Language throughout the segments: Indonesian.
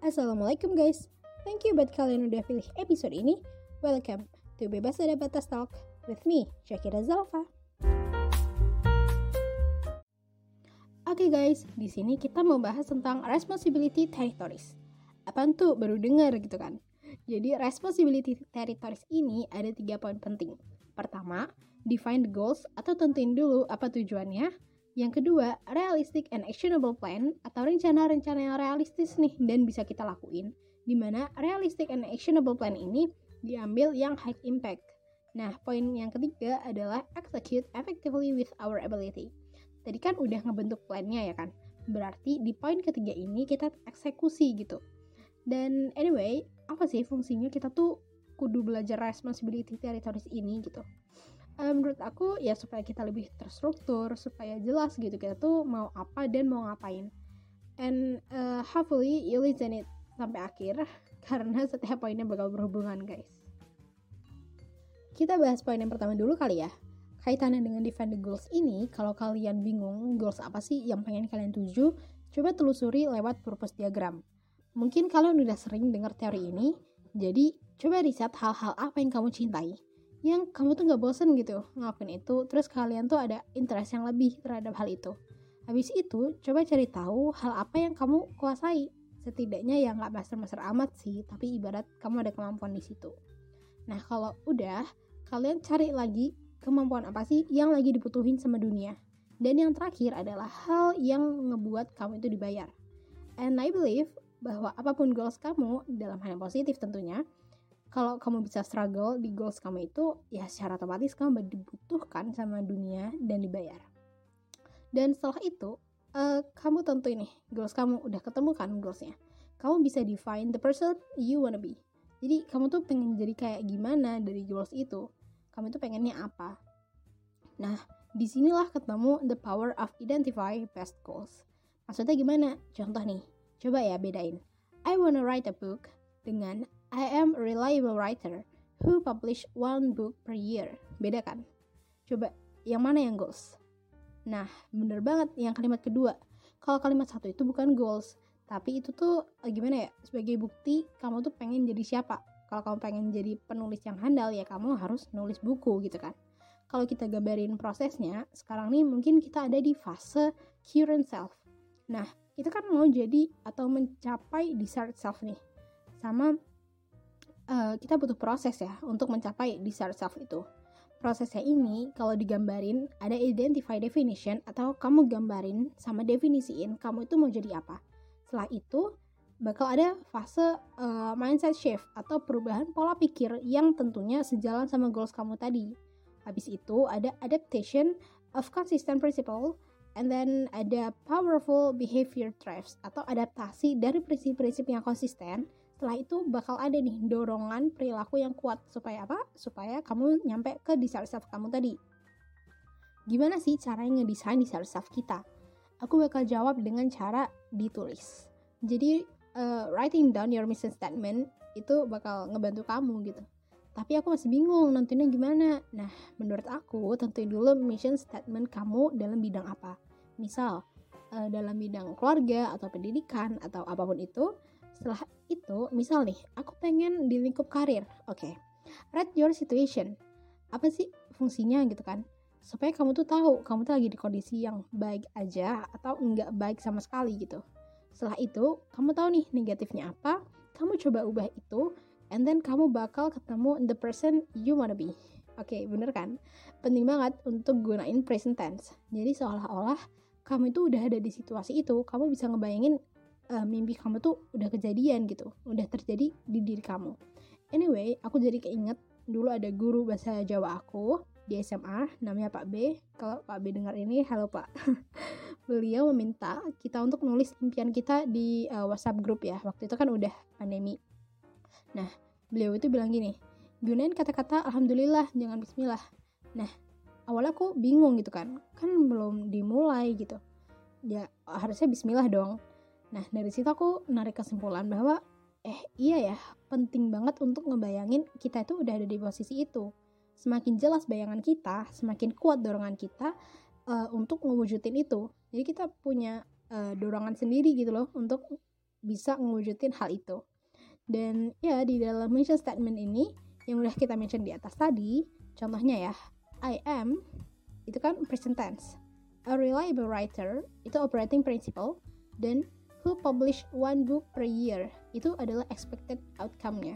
Assalamualaikum guys. Thank you buat kalian udah pilih episode ini. Welcome to Bebas Ada Batas Talk with me, Syakira Zalfa. Oke guys, di sini kita mau bahas tentang responsibility territories. Apaan tuh? Baru dengar gitu kan? Jadi responsibility territories ini ada 3 poin penting. Pertama, define the goals atau tentuin dulu apa tujuannya. Yang kedua, realistic and actionable plan atau rencana-rencana yang realistis nih dan bisa kita lakuin. Dimana realistic and actionable plan ini diambil yang high impact. Nah, poin yang ketiga adalah execute effectively with our ability. Tadi kan udah ngebentuk plannya ya kan? Berarti di poin ketiga ini kita eksekusi gitu. Dan anyway, apa sih fungsinya kita tuh kudu belajar responsibility territories ini gitu? Menurut aku ya supaya kita lebih terstruktur, supaya jelas gitu kita tuh mau apa dan mau ngapain. And hopefully you listen it sampai akhir karena setiap poinnya bakal berhubungan guys. Kita bahas poin yang pertama dulu kali ya. Kaitannya dengan define the goals ini, kalau kalian bingung goals apa sih yang pengen kalian tuju, coba telusuri lewat purpose diagram. Mungkin kalian udah sering dengar teori ini, jadi coba riset hal-hal apa yang kamu cintai, yang kamu tuh gak bosen gitu ngelakuin itu, terus kalian tuh ada interest yang lebih terhadap hal itu. Habis itu, coba cari tahu hal apa yang kamu kuasai. Setidaknya ya gak master-master amat sih, tapi ibarat kamu ada kemampuan di situ. Nah, kalau udah, kalian cari lagi kemampuan apa sih yang lagi dibutuhin sama dunia. Dan yang terakhir adalah hal yang ngebuat kamu itu dibayar. And I believe bahwa apapun goals kamu, dalam hal yang positif tentunya, kalau kamu bisa struggle di goals kamu itu, ya secara otomatis kamu dibutuhkan sama dunia dan dibayar. Dan setelah itu, kamu tentuin nih, goals kamu udah ketemu kan goalsnya. Kamu bisa define the person you wanna be. Jadi kamu tuh pengen jadi kayak gimana dari goals itu. Kamu tuh pengennya apa. Nah, disinilah ketemu the power of identify best goals. Maksudnya gimana? Contoh nih, coba ya bedain. I wanna write a book dengan I am a reliable writer who publish 1 book per year. Beda kan? Coba, yang mana yang goals? Nah, bener banget yang kalimat kedua. Kalau kalimat satu itu bukan goals, tapi itu tuh gimana ya? Sebagai bukti kamu tuh pengen jadi siapa. Kalau kamu pengen jadi penulis yang handal, ya kamu harus nulis buku gitu kan. Kalau kita gambarin prosesnya, sekarang nih mungkin kita ada di fase current self. Nah, kita kan mau jadi atau mencapai desired self nih. Sama kita butuh proses ya untuk mencapai desired self itu. Prosesnya ini kalau digambarin ada identify definition atau kamu gambarin sama definisiin kamu itu mau jadi apa. Setelah itu bakal ada fase mindset shift atau perubahan pola pikir yang tentunya sejalan sama goals kamu tadi. Habis itu ada adaptation of consistent principle, and then ada powerful behavior traits atau adaptasi dari prinsip-prinsip yang konsisten. Setelah itu bakal ada nih dorongan perilaku yang kuat. Supaya apa? Supaya kamu nyampe ke desired self kamu tadi. Gimana sih caranya ngedesain desired self kita? Aku bakal jawab dengan cara ditulis. Jadi writing down your mission statement itu bakal ngebantu kamu gitu. Tapi aku masih bingung nentuinnya gimana. Nah, menurut aku tentuin dulu mission statement kamu dalam bidang apa. Misal dalam bidang keluarga atau pendidikan atau apapun itu. Setelah itu, misal nih, aku pengen di lingkup karir. Oke. Rate your situation. Apa sih fungsinya gitu kan? Supaya kamu tuh tahu, kamu tuh lagi di kondisi yang baik aja atau enggak baik sama sekali gitu. Setelah itu, kamu tahu nih negatifnya apa, kamu coba ubah itu, and then kamu bakal ketemu the person you wanna be. Oke, bener kan? Penting banget untuk gunain present tense. Jadi seolah-olah kamu itu udah ada di situasi itu, kamu bisa ngebayangin mimpi kamu tuh udah kejadian gitu, udah terjadi di diri kamu. Anyway, aku jadi keinget dulu ada guru bahasa Jawa aku di SMA, namanya Pak B. Kalau Pak B dengar ini, halo Pak. Beliau meminta kita untuk nulis impian kita di WhatsApp group ya. Waktu itu kan udah pandemi. Nah, beliau itu bilang gini, gunain kata-kata alhamdulillah, jangan bismillah. Nah, awalnya aku bingung gitu kan belum dimulai gitu. Ya harusnya bismillah dong. Nah, dari situ aku narik kesimpulan bahwa iya ya, penting banget untuk ngebayangin kita itu udah ada di posisi itu. Semakin jelas bayangan kita, semakin kuat dorongan kita untuk ngewujudin itu. Jadi kita punya dorongan sendiri gitu loh untuk bisa ngewujudin hal itu. Dan ya di dalam mission statement ini yang udah kita mention di atas tadi, contohnya ya, I am itu kan present tense, a reliable writer itu operating principle, dan who publish one book per year itu adalah expected outcome-nya.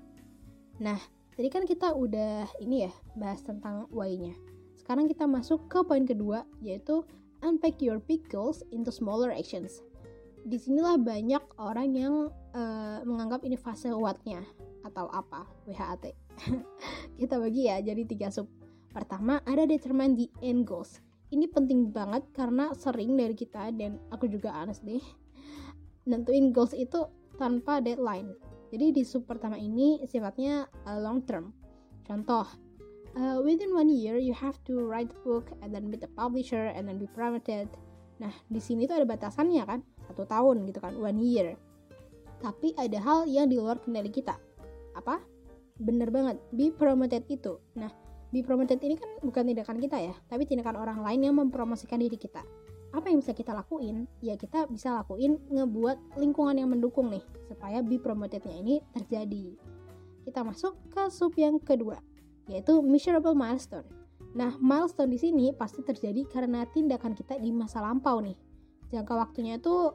Nah, tadi kan kita udah ini ya bahas tentang why-nya. Sekarang kita masuk ke poin kedua, yaitu unpack your big goals into smaller actions. Disinilah banyak orang yang menganggap ini fase what-nya atau apa, WHAT. Kita bagi ya jadi 3 sub. Pertama, ada determine the end goals. Ini penting banget karena sering dari kita, dan aku juga honestly, nentuin goals itu tanpa deadline. Jadi di sub pertama ini sifatnya long term. Contoh, within 1 year you have to write a book and then meet a publisher and then be promoted. Nah, di sini tuh ada batasannya kan, 1 tahun gitu kan, 1 year. Tapi ada hal yang di luar kendali kita. Apa? Bener banget, be promoted itu. Nah, be promoted ini kan bukan tindakan kita ya, tapi tindakan orang lain yang mempromosikan diri kita. Apa yang bisa kita lakuin? Ya kita bisa lakuin ngebuat lingkungan yang mendukung nih, supaya be promotednya ini terjadi. Kita masuk ke sub yang kedua, yaitu measurable milestone. Nah, milestone di sini pasti terjadi karena tindakan kita di masa lampau nih. Jangka waktunya itu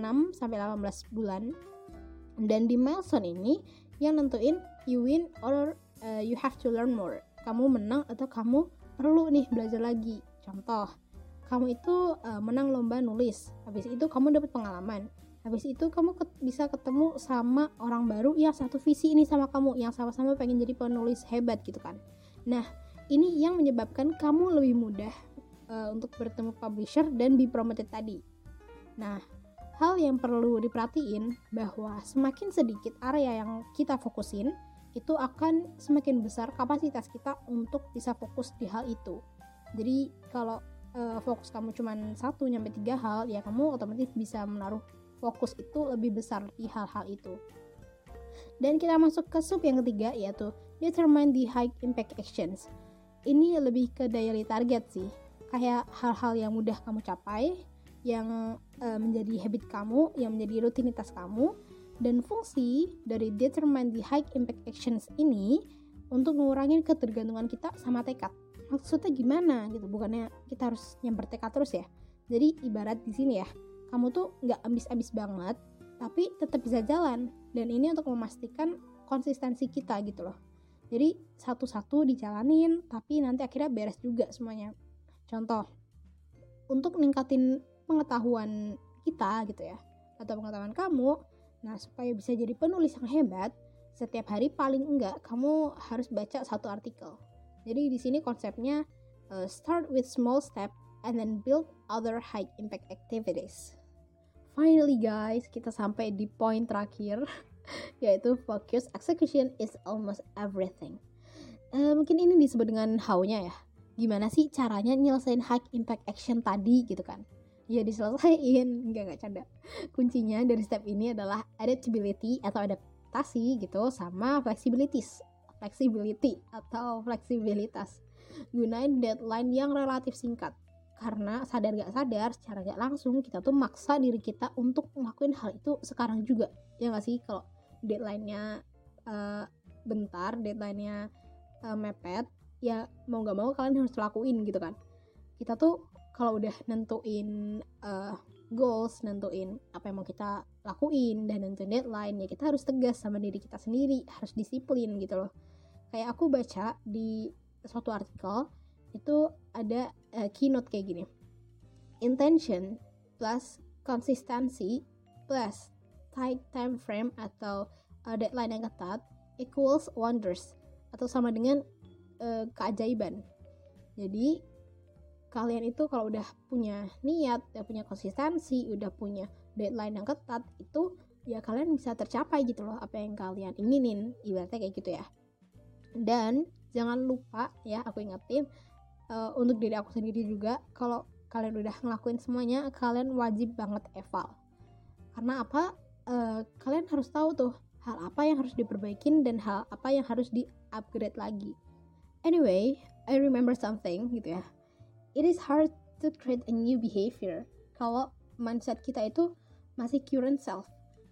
6-18 bulan. Dan di milestone ini yang nentuin you win or you have to learn more. Kamu menang atau kamu perlu nih belajar lagi. Contoh, kamu itu menang lomba nulis, habis itu kamu dapat pengalaman, habis itu kamu bisa ketemu sama orang baru yang satu visi ini sama kamu, yang sama-sama pengen jadi penulis hebat gitu kan. Nah, ini yang menyebabkan kamu lebih mudah untuk bertemu publisher dan be promoted tadi. Nah, hal yang perlu diperhatiin bahwa semakin sedikit area yang kita fokusin, itu akan semakin besar kapasitas kita untuk bisa fokus di hal itu. Jadi kalau fokus kamu cuma 1-3 hal, ya kamu otomatis bisa menaruh fokus itu lebih besar di hal-hal itu. Dan kita masuk ke sub yang ketiga, yaitu determine the high impact actions. Ini lebih ke daily target sih, kayak hal-hal yang mudah kamu capai, yang menjadi habit kamu, yang menjadi rutinitas kamu. Dan fungsi dari determine the high impact actions ini untuk ngurangin ketergantungan kita sama tekad. Maksudnya gimana gitu, bukannya kita harus nyamper tekad terus ya. Jadi ibarat di sini ya, kamu tuh nggak ambis-ambis banget, tapi tetap bisa jalan. Dan ini untuk memastikan konsistensi kita gitu loh. Jadi satu-satu dijalanin, tapi nanti akhirnya beres juga semuanya. Contoh, untuk ningkatin pengetahuan kita gitu ya, atau pengetahuan kamu, nah supaya bisa jadi penulis yang hebat, setiap hari paling enggak kamu harus baca 1 artikel. Jadi di sini konsepnya start with small step and then build other high impact activities. Finally guys, kita sampai di poin terakhir, yaitu focus execution is almost everything. Mungkin ini disebut dengan how-nya ya. Gimana sih caranya nyelesain high impact action tadi gitu kan? Ya diselesain, enggak canda. Kuncinya dari step ini adalah adaptability atau adaptasi gitu, sama flexibility atau fleksibilitas. Gunain deadline yang relatif singkat, karena sadar gak sadar secara gak langsung kita tuh maksa diri kita untuk ngelakuin hal itu sekarang juga. Ya gak sih, kalau deadline-nya bentar, deadline-nya mepet, ya mau gak mau kalian harus lakuin gitu kan. Kita tuh kalau udah nentuin goals, nentuin apa yang mau kita lakuin, dan nentuin deadline, ya kita harus tegas sama diri kita sendiri, harus disiplin gitu loh. Kayak aku baca di suatu artikel, itu ada keynote kayak gini. Intention plus konsistensi plus tight time frame atau deadline yang ketat equals wonders, atau sama dengan keajaiban. Jadi kalian itu kalau udah punya niat, udah punya konsistensi, udah punya deadline yang ketat, itu ya kalian bisa tercapai gitu loh apa yang kalian inginin, ibaratnya kayak gitu ya. Dan jangan lupa ya, aku ingetin untuk diri aku sendiri juga, kalau kalian udah ngelakuin semuanya, kalian wajib banget eval. Karena apa? Kalian harus tahu tuh hal apa yang harus diperbaikin dan hal apa yang harus di-upgrade lagi. Anyway, I remember something gitu ya. It is hard to create a new behavior kalau mindset kita itu masih current self.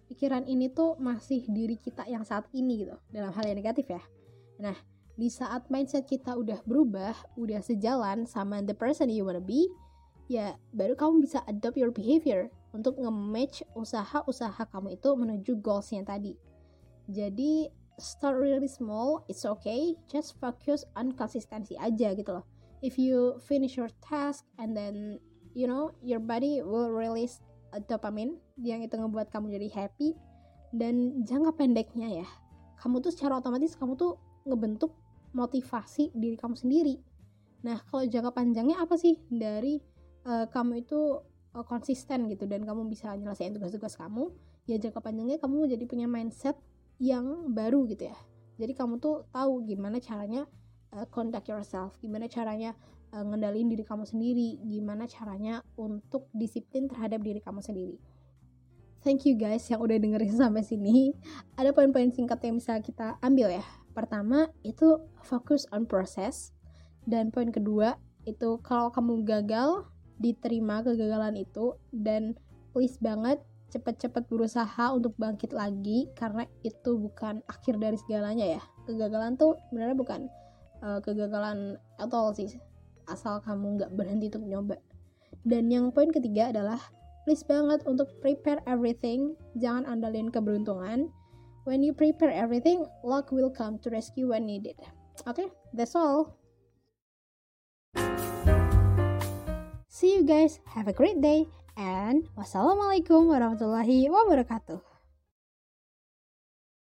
pikiran ini tuh masih diri kita yang saat ini gitu, dalam hal yang negatif ya. Nah, di saat mindset kita udah berubah, udah sejalan sama the person you wanna be, ya baru kamu bisa adopt your behavior untuk nge-match usaha-usaha kamu itu menuju goals-nya tadi. Jadi start really small, it's okay, just focus on consistency aja gitu loh. If you finish your task and then your body will release dopamine yang itu ngebuat kamu jadi happy. Dan jangka pendeknya ya, kamu tuh secara otomatis kamu tuh ngebentuk motivasi diri kamu sendiri. Nah, kalau jangka panjangnya apa sih dari kamu itu konsisten gitu dan kamu bisa nyelesain tugas-tugas kamu, ya jangka panjangnya kamu jadi punya mindset yang baru gitu ya. Jadi kamu tuh tahu gimana caranya conduct yourself, gimana caranya ngendalin diri kamu sendiri, gimana caranya untuk disiplin terhadap diri kamu sendiri. Thank you guys yang udah dengerin sampai sini. Ada poin-poin singkat yang bisa kita ambil ya. Pertama, itu focus on process. Dan poin kedua, itu kalau kamu gagal, diterima kegagalan itu. Dan please banget, cepet-cepet berusaha untuk bangkit lagi. Karena itu bukan akhir dari segalanya ya. Kegagalan tuh sebenarnya bukan kegagalan at all sih. Asal kamu gak berhenti untuk nyoba. Dan yang poin ketiga adalah please banget untuk prepare everything. Jangan andalin keberuntungan. When you prepare everything, luck will come to rescue when needed. Okay, that's all. See you guys. Have a great day. And wassalamualaikum warahmatullahi wabarakatuh.